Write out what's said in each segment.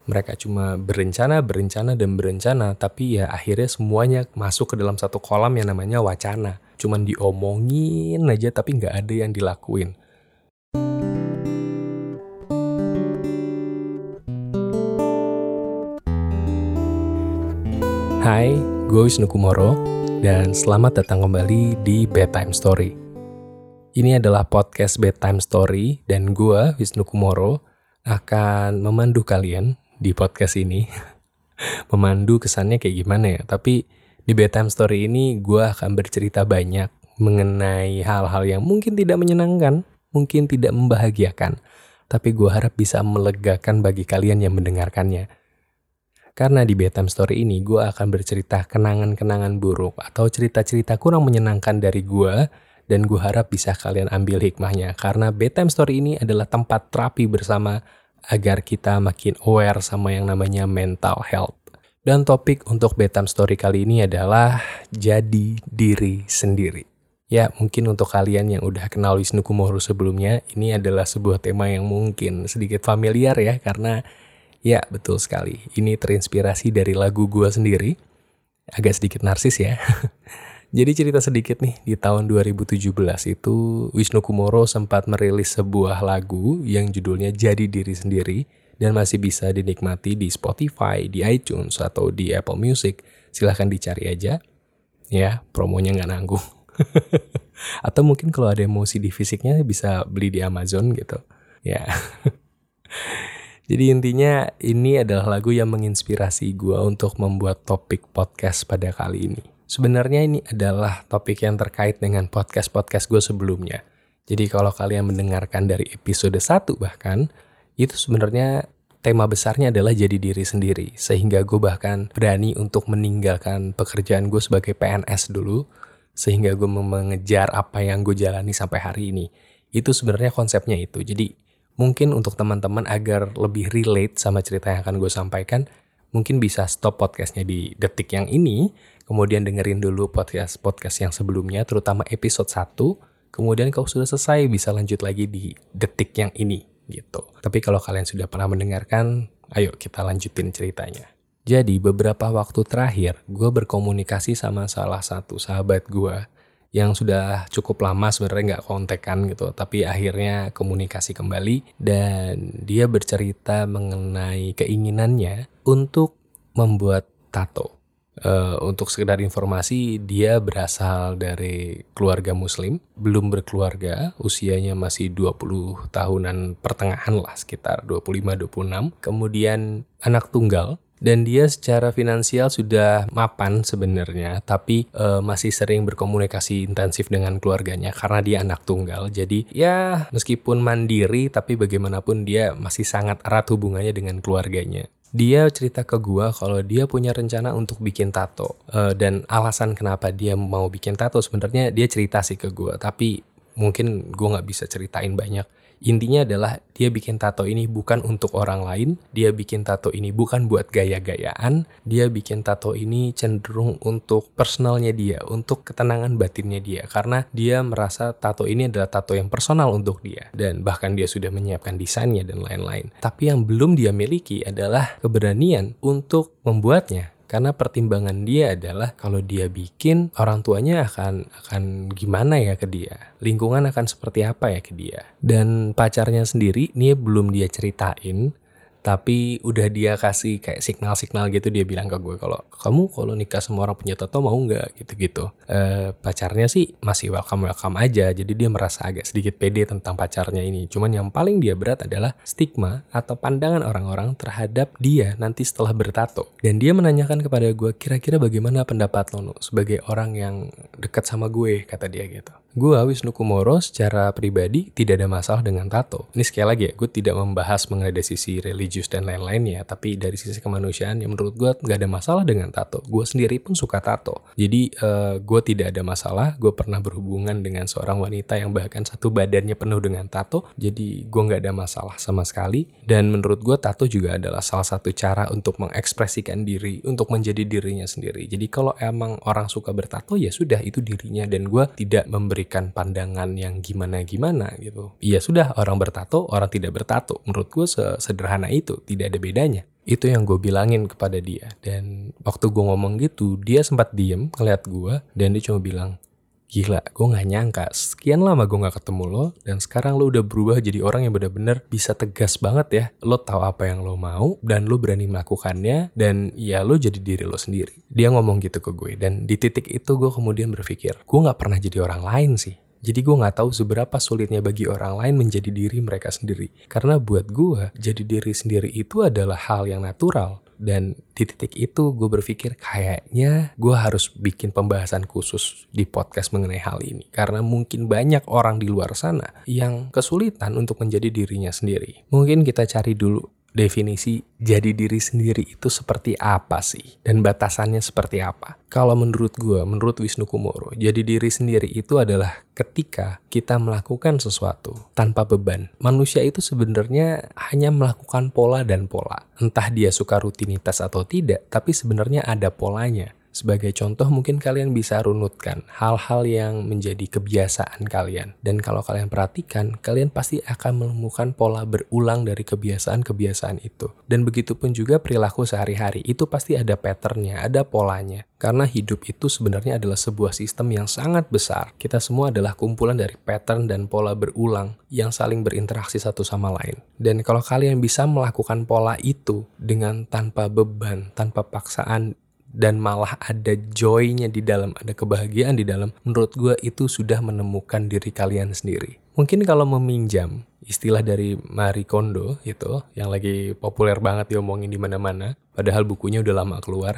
Mereka cuma berencana, tapi ya akhirnya semuanya masuk ke dalam satu kolam yang namanya wacana. Cuman diomongin aja tapi nggak ada yang dilakuin. Hai, gue Wisnu Kumoro, dan selamat datang kembali di Bedtime Story. Ini adalah podcast Bedtime Story, dan gue, Wisnu Kumoro, akan memandu kalian di podcast ini. Memandu kesannya kayak gimana ya, tapi di Bedtime Story ini gue akan bercerita banyak mengenai hal-hal yang mungkin tidak menyenangkan, mungkin tidak membahagiakan, tapi gue harap bisa melegakan bagi kalian yang mendengarkannya. Karena di Bedtime Story ini gue akan bercerita kenangan-kenangan buruk atau cerita-cerita kurang menyenangkan dari gue, dan gue harap bisa kalian ambil hikmahnya. Karena Bedtime Story ini adalah tempat terapi bersama agar kita makin aware sama yang namanya mental health. Dan topik untuk Bedtime Story kali ini adalah jadi diri sendiri. Ya, mungkin untuk kalian yang udah kenal Wisnu Kumoro sebelumnya, ini adalah sebuah tema yang mungkin sedikit familiar ya, karena ya, betul sekali. Ini terinspirasi dari lagu gue sendiri. Agak sedikit narsis ya. Jadi cerita sedikit nih, di tahun 2017 itu Wisnu Kumoro sempat merilis sebuah lagu yang judulnya Jadi Diri Sendiri dan masih bisa dinikmati di Spotify, di iTunes, atau di Apple Music. Silahkan dicari aja. Ya, promonya nggak nanggung. Atau mungkin kalau ada yang mau CD fisiknya bisa beli di Amazon gitu. Ya. Jadi intinya ini adalah lagu yang menginspirasi gue untuk membuat topik podcast pada kali ini. Sebenarnya ini adalah topik yang terkait dengan podcast-podcast gue sebelumnya. Jadi kalau kalian mendengarkan dari episode 1 bahkan, itu sebenarnya tema besarnya adalah jadi diri sendiri. Sehingga gue bahkan berani untuk meninggalkan pekerjaan gue sebagai PNS dulu, sehingga gue mengejar apa yang gue jalani sampai hari ini. Itu sebenarnya konsepnya itu. Jadi mungkin untuk teman-teman agar lebih relate sama cerita yang akan gue sampaikan, mungkin bisa stop podcastnya di detik yang ini, kemudian dengerin dulu podcast yang sebelumnya, terutama episode 1, kemudian kalau sudah selesai bisa lanjut lagi di detik yang ini, gitu. Tapi kalau kalian sudah pernah mendengarkan, ayo kita lanjutin ceritanya. Jadi beberapa waktu terakhir, gue berkomunikasi sama salah satu sahabat gue, yang sudah cukup lama sebenarnya nggak kontekan gitu, tapi akhirnya komunikasi kembali dan dia bercerita mengenai keinginannya untuk membuat tato. Untuk sekedar informasi, dia berasal dari keluarga muslim, belum berkeluarga, usianya masih 20 tahunan pertengahan lah, sekitar 25-26, kemudian anak tunggal. Dan dia secara finansial sudah mapan sebenarnya, tapi masih sering berkomunikasi intensif dengan keluarganya karena dia anak tunggal. Jadi ya meskipun mandiri, tapi bagaimanapun dia masih sangat erat hubungannya dengan keluarganya. Dia cerita ke gue kalau dia punya rencana untuk bikin tato. Dan alasan kenapa dia mau bikin tato sebenarnya dia cerita sih ke gue, tapi mungkin gue gak bisa ceritain banyak. Intinya adalah dia bikin tato ini bukan untuk orang lain, dia bikin tato ini bukan buat gaya-gayaan, dia bikin tato ini cenderung untuk personalnya dia, untuk ketenangan batinnya dia, karena dia merasa tato ini adalah tato yang personal untuk dia, dan bahkan dia sudah menyiapkan desainnya dan lain-lain. Tapi yang belum dia miliki adalah keberanian untuk membuatnya. Karena pertimbangan dia adalah kalau dia bikin, orang tuanya akan gimana ya ke dia. Lingkungan akan seperti apa ya ke dia. Dan pacarnya sendiri, ini belum dia ceritain, tapi udah dia kasih kayak signal-signal gitu. Dia bilang ke gue kalau kamu kalau nikah sama orang punya tato mau nggak gitu-gitu. Pacarnya sih masih welcome aja. Jadi dia merasa agak sedikit pede tentang pacarnya ini. Cuman yang paling dia berat adalah stigma atau pandangan orang-orang terhadap dia nanti setelah bertato. Dan dia menanyakan kepada gue, kira-kira bagaimana pendapat lo sebagai orang yang dekat sama gue, kata dia gitu. Gue, Wisnu Kumoro, secara pribadi tidak ada masalah dengan tato. Ini sekali lagi ya, gue tidak membahas mengenai dari sisi religius dan lain-lain ya, tapi dari sisi kemanusiaan yang menurut gue gak ada masalah dengan tato. Gue sendiri pun suka tato. Jadi gue tidak ada masalah. Gue pernah berhubungan dengan seorang wanita yang bahkan satu badannya penuh dengan tato. Jadi gue gak ada masalah sama sekali. Dan menurut gue tato juga adalah salah satu cara untuk mengekspresikan diri, untuk menjadi dirinya sendiri. Jadi kalau emang orang suka bertato ya sudah, itu dirinya, dan gue tidak memberikan pandangan yang gimana-gimana gitu. Ya sudah, orang bertato, orang tidak bertato. Menurut gue sederhana itu, tidak ada bedanya. Itu yang gue bilangin kepada dia. Dan waktu gue ngomong gitu, dia sempat diem ngeliat gue. Dan dia cuma bilang, gila, gue gak nyangka sekian lama gue gak ketemu lo. Dan sekarang lo udah berubah jadi orang yang benar-benar bisa tegas banget ya. Lo tahu apa yang lo mau dan lo berani melakukannya. Dan ya lo jadi diri lo sendiri. Dia ngomong gitu ke gue. Dan di titik itu gue kemudian berpikir, gue gak pernah jadi orang lain sih. Jadi gue gak tahu seberapa sulitnya bagi orang lain menjadi diri mereka sendiri. Karena buat gue, jadi diri sendiri itu adalah hal yang natural. Dan di titik itu gue berpikir kayaknya gue harus bikin pembahasan khusus di podcast mengenai hal ini. Karena mungkin banyak orang di luar sana yang kesulitan untuk menjadi dirinya sendiri. Mungkin kita cari dulu definisi jadi diri sendiri itu seperti apa sih? Dan batasannya seperti apa? Kalau menurut gue, menurut Wisnu Kumoro, jadi diri sendiri itu adalah ketika kita melakukan sesuatu tanpa beban. Manusia itu sebenarnya hanya melakukan pola dan pola. Entah dia suka rutinitas atau tidak, tapi sebenarnya ada polanya. Sebagai contoh mungkin kalian bisa runutkan hal-hal yang menjadi kebiasaan kalian. Dan kalau kalian perhatikan, kalian pasti akan menemukan pola berulang dari kebiasaan-kebiasaan itu. Dan begitu pun juga perilaku sehari-hari, itu pasti ada patternnya, ada polanya. Karena hidup itu sebenarnya adalah sebuah sistem yang sangat besar. Kita semua adalah kumpulan dari pattern dan pola berulang yang saling berinteraksi satu sama lain. Dan kalau kalian bisa melakukan pola itu dengan tanpa beban, tanpa paksaan, dan malah ada joy-nya di dalam, ada kebahagiaan di dalam, menurut gue itu sudah menemukan diri kalian sendiri. Mungkin kalau meminjam istilah dari Marie Kondo itu, yang lagi populer banget diomongin di mana-mana, padahal bukunya udah lama keluar.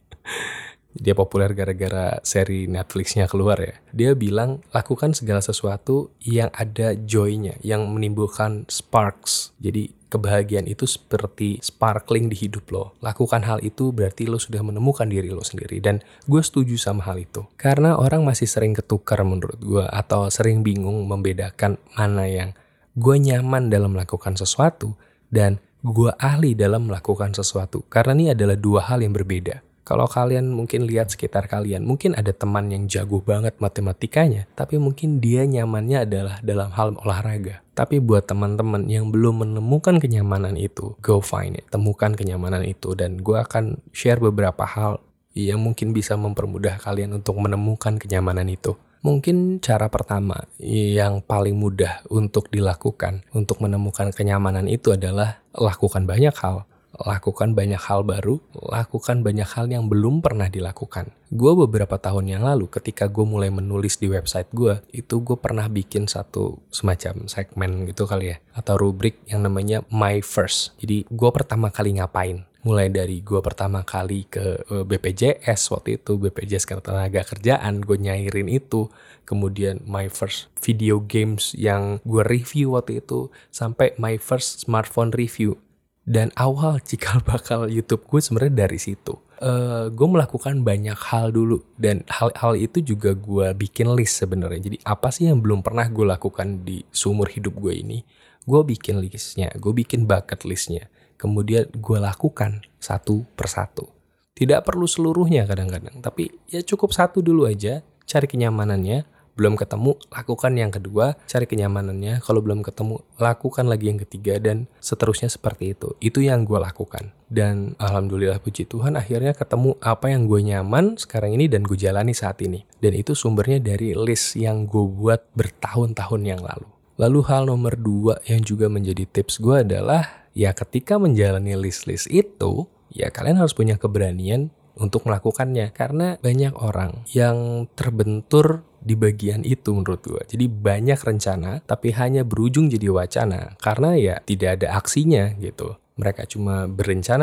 Dia populer gara-gara seri Netflix-nya keluar ya. Dia bilang, lakukan segala sesuatu yang ada joy-nya, yang menimbulkan sparks. Jadi kebahagiaan itu seperti sparkling di hidup lo. Lakukan hal itu berarti lo sudah menemukan diri lo sendiri. Dan gue setuju sama hal itu. Karena orang masih sering ketukar menurut gue, atau sering bingung membedakan mana yang gue nyaman dalam melakukan sesuatu dan gue ahli dalam melakukan sesuatu. Karena ini adalah dua hal yang berbeda. Kalau kalian mungkin lihat sekitar kalian, mungkin ada teman yang jago banget matematikanya, tapi mungkin dia nyamannya adalah dalam hal olahraga. Tapi buat teman-teman yang belum menemukan kenyamanan itu, go find it, temukan kenyamanan itu. Dan gue akan share beberapa hal yang mungkin bisa mempermudah kalian untuk menemukan kenyamanan itu. Mungkin cara pertama yang paling mudah untuk dilakukan untuk menemukan kenyamanan itu adalah lakukan banyak hal. Lakukan banyak hal baru, lakukan banyak hal yang belum pernah dilakukan. Gue beberapa tahun yang lalu ketika gue mulai menulis di website gue, itu gue pernah bikin satu semacam segmen gitu kali ya, atau rubrik yang namanya My First. Jadi gue pertama kali ngapain? Mulai dari gue pertama kali ke BPJS waktu itu, BPJS Ketenagakerjaan, gue nyairin itu. Kemudian my first video games yang gue review waktu itu, sampai my first smartphone review. Dan awal cikal bakal YouTube gue sebenarnya dari situ. Gue melakukan banyak hal dulu, dan hal-hal itu juga gue bikin list sebenarnya. Jadi apa sih yang belum pernah gue lakukan di seumur hidup gue ini? Gue bikin listnya, gue bikin bucket listnya. Kemudian gue lakukan satu persatu. Tidak perlu seluruhnya kadang-kadang, tapi ya cukup satu dulu aja, cari kenyamanannya. Belum ketemu, lakukan yang kedua, cari kenyamanannya. Kalau belum ketemu, lakukan lagi yang ketiga, dan seterusnya seperti itu. Itu yang gue lakukan. Dan alhamdulillah puji Tuhan akhirnya ketemu apa yang gue nyaman sekarang ini dan gue jalani saat ini. Dan itu sumbernya dari list yang gue buat bertahun-tahun yang lalu. Lalu hal nomor 2 yang juga menjadi tips gue adalah, ya ketika menjalani list-list itu, ya kalian harus punya keberanian untuk melakukannya. Karena banyak orang yang terbentur di bagian itu menurut gue. Jadi banyak rencana tapi hanya berujung jadi wacana karena ya tidak ada aksinya gitu. Mereka cuma berencana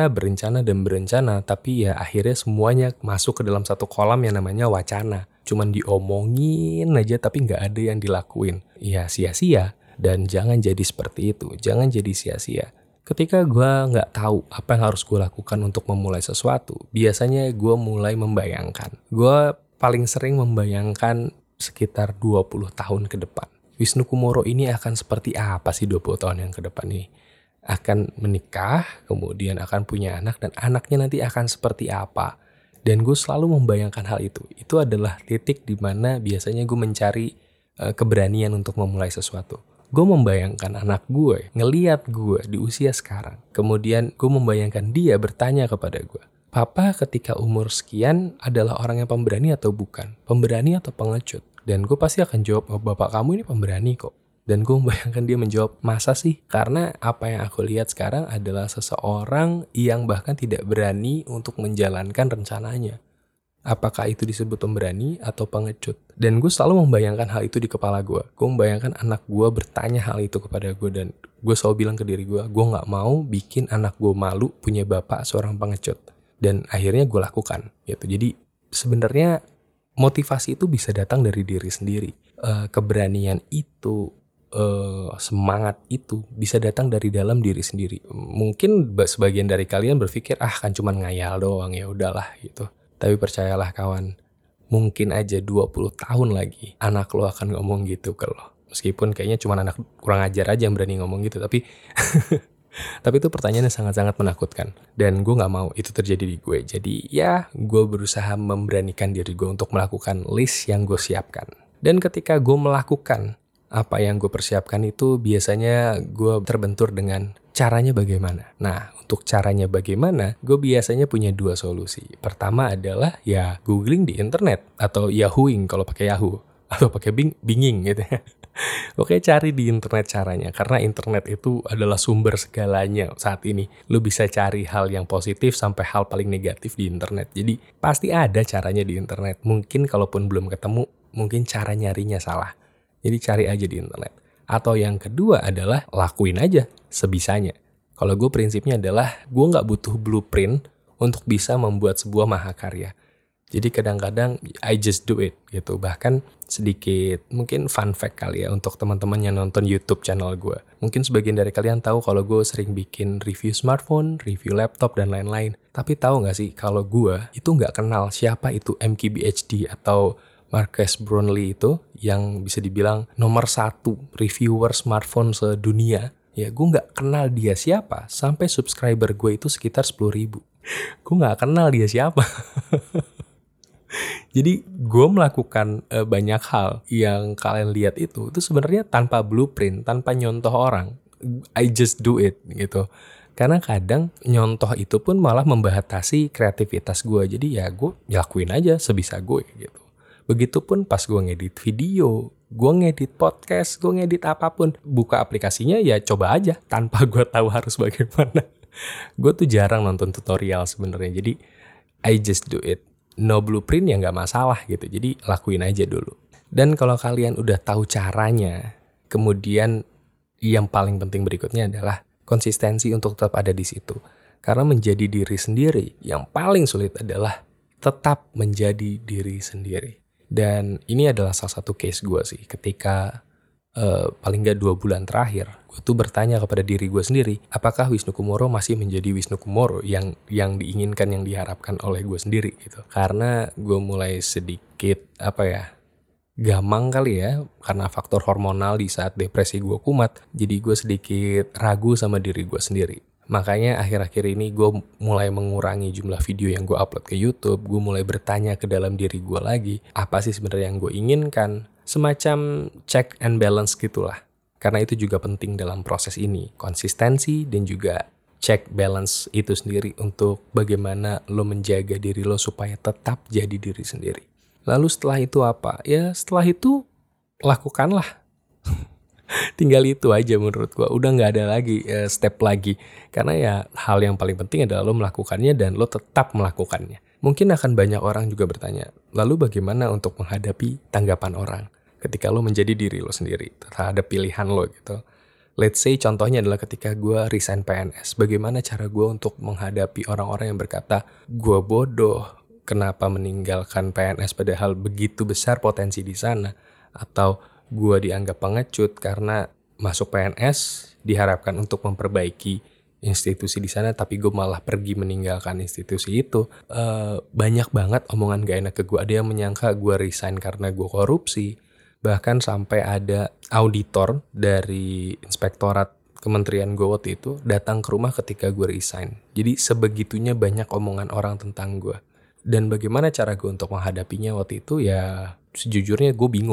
tapi ya akhirnya semuanya masuk ke dalam satu kolam yang namanya wacana. Cuman diomongin aja tapi gak ada yang dilakuin. Ya sia-sia, dan jangan jadi seperti itu. Jangan jadi sia-sia. Ketika gue gak tahu apa yang harus gue lakukan untuk memulai sesuatu, biasanya gue mulai membayangkan. Gue paling sering membayangkan sekitar 20 tahun ke depan. Wisnu Kumoro ini akan seperti apa sih 20 tahun yang ke depan ini? Akan menikah, kemudian akan punya anak, dan anaknya nanti akan seperti apa? Dan gue selalu membayangkan hal itu. Itu adalah titik di mana biasanya gue mencari keberanian untuk memulai sesuatu. gue membayangkan anak gue ngeliat gue di usia sekarang. Kemudian gue membayangkan dia bertanya kepada gue, "Papa ketika umur sekian adalah orang yang pemberani atau bukan? Pemberani atau pengecut?" Dan gue pasti akan jawab, "Oh, bapak kamu ini pemberani kok." Dan gue membayangkan dia menjawab, "Masa sih?" Karena apa yang aku lihat sekarang adalah seseorang yang bahkan tidak berani untuk menjalankan rencananya. Apakah itu disebut pemberani atau pengecut? Dan gue selalu membayangkan hal itu di kepala gue. Gue membayangkan anak gue bertanya hal itu kepada gue. Dan gue selalu bilang ke diri gue gak mau bikin anak gue malu punya bapak seorang pengecut. Dan akhirnya gue lakukan gitu. Jadi sebenarnya motivasi itu bisa datang dari diri sendiri. Keberanian itu, semangat itu bisa datang dari dalam diri sendiri. Mungkin sebagian dari kalian berpikir kan cuma ngayal doang, ya udahlah gitu. Tapi percayalah kawan, mungkin aja 20 tahun lagi anak lo akan ngomong gitu ke lo. Meskipun kayaknya cuma anak kurang ajar aja yang berani ngomong gitu, tapi itu pertanyaannya sangat-sangat menakutkan. Dan gue gak mau itu terjadi di gue. Jadi ya gue berusaha memberanikan diri gue untuk melakukan list yang gue siapkan. Dan ketika gue melakukan apa yang gue persiapkan itu, biasanya gue terbentur dengan caranya bagaimana. Nah, untuk caranya bagaimana, gue biasanya punya 2 solusi. Pertama adalah ya googling di internet atau yahooing kalau pakai Yahoo atau pakai binging gitu ya. Oke, cari di internet caranya, karena internet itu adalah sumber segalanya saat ini. Lu bisa cari hal yang positif sampai hal paling negatif di internet. Jadi pasti ada caranya di internet. Mungkin kalaupun belum ketemu, mungkin cara nyarinya salah. Jadi cari aja di internet. Atau yang kedua adalah lakuin aja sebisanya. Kalau gue prinsipnya adalah gue gak butuh blueprint untuk bisa membuat sebuah mahakarya. Jadi kadang-kadang I just do it gitu. Bahkan sedikit mungkin fun fact kali ya untuk teman-teman yang nonton YouTube channel gue. Mungkin sebagian dari kalian tahu kalau gue sering bikin review smartphone, review laptop, dan lain-lain. Tapi tahu gak sih kalau gue itu gak kenal siapa itu MKBHD atau Marques Brownlee itu yang bisa dibilang nomor 1 reviewer smartphone sedunia. Ya gue gak kenal dia siapa sampai subscriber gue itu sekitar 10.000. Gue gak kenal dia siapa. Jadi gue melakukan banyak hal yang kalian lihat itu sebenarnya tanpa blueprint, tanpa nyontoh orang. I just do it gitu. Karena kadang nyontoh itu pun malah membatasi kreativitas gue. Jadi ya gue lakuin aja sebisa gue gitu. Begitupun pas gue ngedit video, gue ngedit podcast, gue ngedit apapun. Buka aplikasinya ya coba aja tanpa gue tahu harus bagaimana. Gue tuh jarang nonton tutorial sebenarnya. Jadi I just do it. No blueprint ya gak masalah gitu. Jadi lakuin aja dulu. Dan kalau kalian udah tahu caranya, kemudian yang paling penting berikutnya adalah konsistensi untuk tetap ada di situ. Karena menjadi diri sendiri yang paling sulit adalah tetap menjadi diri sendiri. Dan ini adalah salah satu case gue sih. Ketika paling gak 2 bulan terakhir, gue tuh bertanya kepada diri gue sendiri, apakah Wisnu Kumoro masih menjadi Wisnu Kumoro yang diinginkan, yang diharapkan oleh gue sendiri gitu. Karena gue mulai sedikit gamang kali ya, karena faktor hormonal di saat depresi gue kumat. Jadi gue sedikit ragu sama diri gue sendiri. Makanya akhir-akhir ini gue mulai mengurangi jumlah video yang gue upload ke YouTube. Gue mulai bertanya ke dalam diri gue lagi, apa sih sebenarnya yang gue inginkan. Semacam check and balance gitulah. Karena itu juga penting dalam proses ini. Konsistensi dan juga check balance itu sendiri untuk bagaimana lo menjaga diri lo supaya tetap jadi diri sendiri. Lalu setelah itu apa? Ya setelah itu lakukanlah. Tinggal itu aja menurut gue. Udah gak ada lagi step lagi. Karena ya hal yang paling penting adalah lo melakukannya dan lo tetap melakukannya. Mungkin akan banyak orang juga bertanya, lalu bagaimana untuk menghadapi tanggapan orang ketika lo menjadi diri lo sendiri terhadap pilihan lo gitu. Let's say contohnya adalah ketika gue resign PNS. Bagaimana cara gue untuk menghadapi orang-orang yang berkata, gue bodoh, kenapa meninggalkan PNS padahal begitu besar potensi di sana. Atau gue dianggap pengecut karena masuk PNS diharapkan untuk memperbaiki institusi di sana, tapi gue malah pergi meninggalkan institusi itu. Banyak banget omongan gak enak ke gue. Ada yang menyangka gue resign karena gue korupsi. Bahkan sampai ada auditor dari inspektorat kementerian gue waktu itu datang ke rumah ketika gue resign. Jadi sebegitunya banyak omongan orang tentang gue. Dan bagaimana cara gue untuk menghadapinya waktu itu ya sejujurnya gue bingung.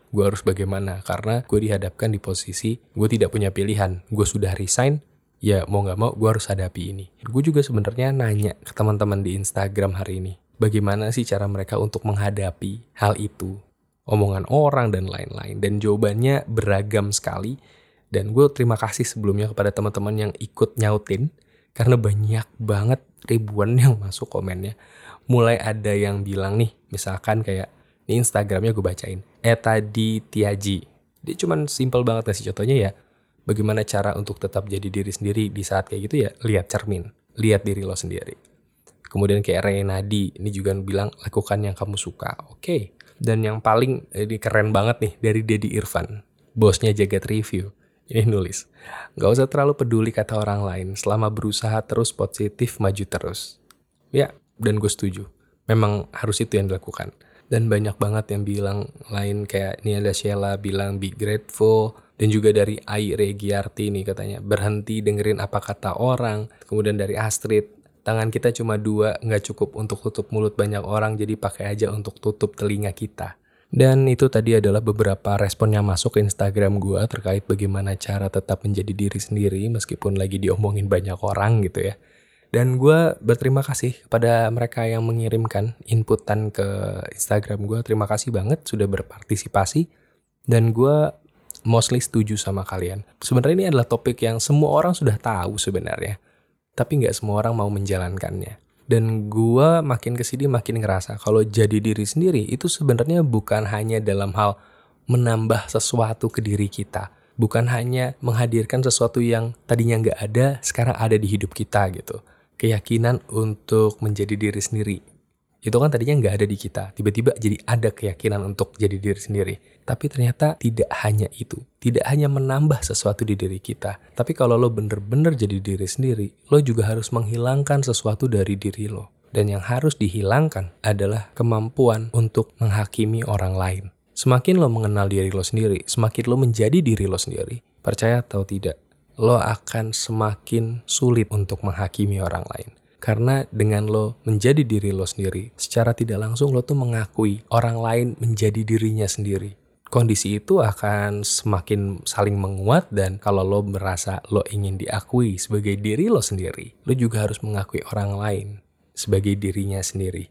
gue harus bagaimana. Karena gue dihadapkan di posisi gue tidak punya pilihan. Gue sudah resign, ya mau gak mau gue harus hadapi ini. Gue juga sebenarnya nanya ke teman-teman di Instagram hari ini, bagaimana sih cara mereka untuk menghadapi hal itu, omongan orang dan lain-lain. Dan jawabannya beragam sekali. Dan gue terima kasih sebelumnya kepada teman-teman yang ikut nyautin, karena banyak banget, ribuan yang masuk komennya. Mulai ada yang bilang nih, misalkan kayak, ini Instagramnya gue bacain, Etadi Tiaji. Dia cuman simple banget kasih contohnya ya, bagaimana cara untuk tetap jadi diri sendiri di saat kayak gitu ya, lihat cermin, lihat diri lo sendiri. Kemudian kayak Renadi, ini juga bilang lakukan yang kamu suka. Oke. Dan yang paling ini keren banget nih dari Deddy Irfan, bosnya Jagat Review. Ini nulis, gak usah terlalu peduli kata orang lain, selama berusaha terus positif, maju terus. Ya, dan gue setuju. Memang harus itu yang dilakukan. Dan banyak banget yang bilang lain, kayak ini ada Sheila bilang be grateful. Dan juga dari Ai Regiarti nih katanya, berhenti dengerin apa kata orang. Kemudian dari Astrid, tangan kita cuma 2, gak cukup untuk tutup mulut banyak orang, jadi pakai aja untuk tutup telinga kita. Dan itu tadi adalah beberapa respon yang masuk ke Instagram gue terkait bagaimana cara tetap menjadi diri sendiri meskipun lagi diomongin banyak orang gitu ya. Dan gue berterima kasih kepada mereka yang mengirimkan inputan ke Instagram gue. Terima kasih banget sudah berpartisipasi. Dan gue mostly setuju sama kalian. Sebenarnya ini adalah topik yang semua orang sudah tahu sebenarnya. Tapi gak semua orang mau menjalankannya. Dan gue makin kesini makin ngerasa kalau jadi diri sendiri itu sebenarnya bukan hanya dalam hal menambah sesuatu ke diri kita. Bukan hanya menghadirkan sesuatu yang tadinya gak ada, sekarang ada di hidup kita gitu. Keyakinan untuk menjadi diri sendiri. Itu kan tadinya gak ada di kita. Tiba-tiba jadi ada keyakinan untuk jadi diri sendiri. Tapi ternyata tidak hanya itu. Tidak hanya menambah sesuatu di diri kita. Tapi kalau lo bener-bener jadi diri sendiri, lo juga harus menghilangkan sesuatu dari diri lo. Dan yang harus dihilangkan adalah kemampuan untuk menghakimi orang lain. Semakin lo mengenal diri lo sendiri, semakin lo menjadi diri lo sendiri. Percaya atau tidak, lo akan semakin sulit untuk menghakimi orang lain. Karena dengan lo menjadi diri lo sendiri, secara tidak langsung lo tuh mengakui orang lain menjadi dirinya sendiri. Kondisi itu akan semakin saling menguat, dan kalau lo merasa lo ingin diakui sebagai diri lo sendiri, lo juga harus mengakui orang lain sebagai dirinya sendiri.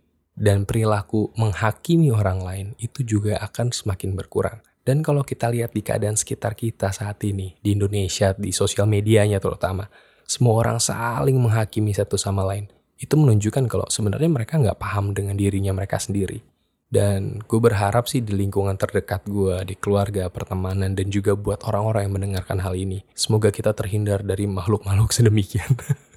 Dan perilaku menghakimi orang lain itu juga akan semakin berkurang. Dan kalau kita lihat di keadaan sekitar kita saat ini, di Indonesia, di sosial medianya terutama, semua orang saling menghakimi satu sama lain. Itu menunjukkan kalau sebenarnya mereka nggak paham dengan dirinya mereka sendiri. Dan gue berharap sih di lingkungan terdekat gue, di keluarga, pertemanan, dan juga buat orang-orang yang mendengarkan hal ini, semoga kita terhindar dari makhluk-makhluk sedemikian.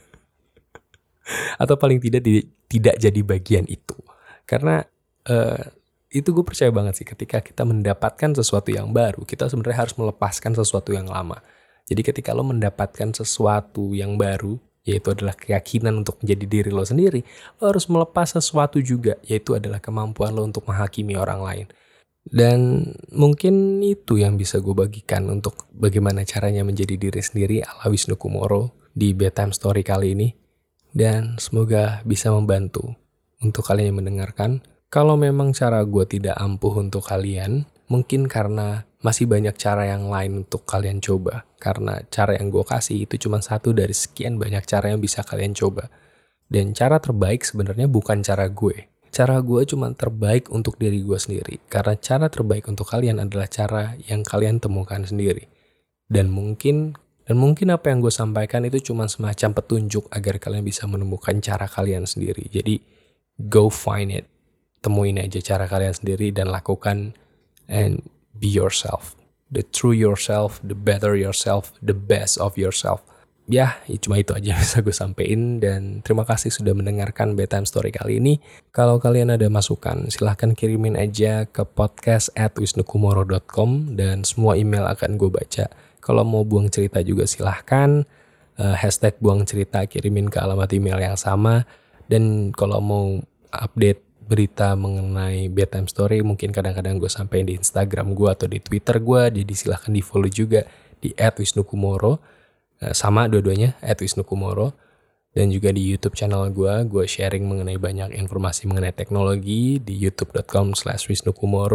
Atau paling tidak jadi bagian itu. Karena itu gue percaya banget sih, ketika kita mendapatkan sesuatu yang baru, kita sebenarnya harus melepaskan sesuatu yang lama. Jadi ketika lo mendapatkan sesuatu yang baru, yaitu adalah keyakinan untuk menjadi diri lo sendiri, lo harus melepas sesuatu juga, yaitu adalah kemampuan lo untuk menghakimi orang lain. Dan mungkin itu yang bisa gue bagikan untuk bagaimana caranya menjadi diri sendiri ala Wisnu Kumoro di Bedtime Story kali ini. Dan semoga bisa membantu untuk kalian yang mendengarkan. Kalau memang cara gue tidak ampuh untuk kalian, mungkin karena masih banyak cara yang lain untuk kalian coba. Karena cara yang gue kasih itu cuma satu dari sekian banyak cara yang bisa kalian coba. Dan cara terbaik sebenarnya bukan cara gue. Cara gue cuma terbaik untuk diri gue sendiri. Karena cara terbaik untuk kalian adalah cara yang kalian temukan sendiri. Dan mungkin apa yang gue sampaikan itu cuma semacam petunjuk agar kalian bisa menemukan cara kalian sendiri. Jadi go find it. Temuin aja cara kalian sendiri dan lakukan, and be yourself. The true yourself, the better yourself, the best of yourself. Ya, cuma itu aja yang bisa gue sampein. Dan terima kasih sudah mendengarkan Bedtime Story kali ini. Kalau kalian ada masukan, silahkan kirimin aja ke podcast@wisnukumoro.com dan semua email akan gue baca. Kalau mau buang cerita juga silahkan. Hashtag buang cerita kirimin ke alamat email yang sama. Dan kalau mau update berita mengenai Bedtime Story, mungkin kadang-kadang gue sampein di Instagram gue atau di Twitter gue. Jadi silahkan di follow juga di @wisnukumoro. Sama dua-duanya @wisnukumoro. Dan juga di YouTube channel gue sharing mengenai banyak informasi mengenai teknologi di youtube.com/wisnukumoro.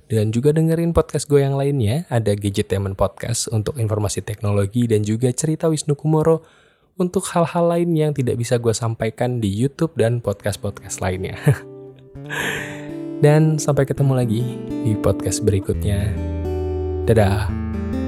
Dan juga dengerin podcast gue yang lainnya, ada Gadgetainment Podcast untuk informasi teknologi dan juga cerita Wisnu Kumoro untuk hal-hal lain yang tidak bisa gue sampaikan di YouTube dan podcast-podcast lainnya. Dan sampai ketemu lagi di podcast berikutnya. Dadah!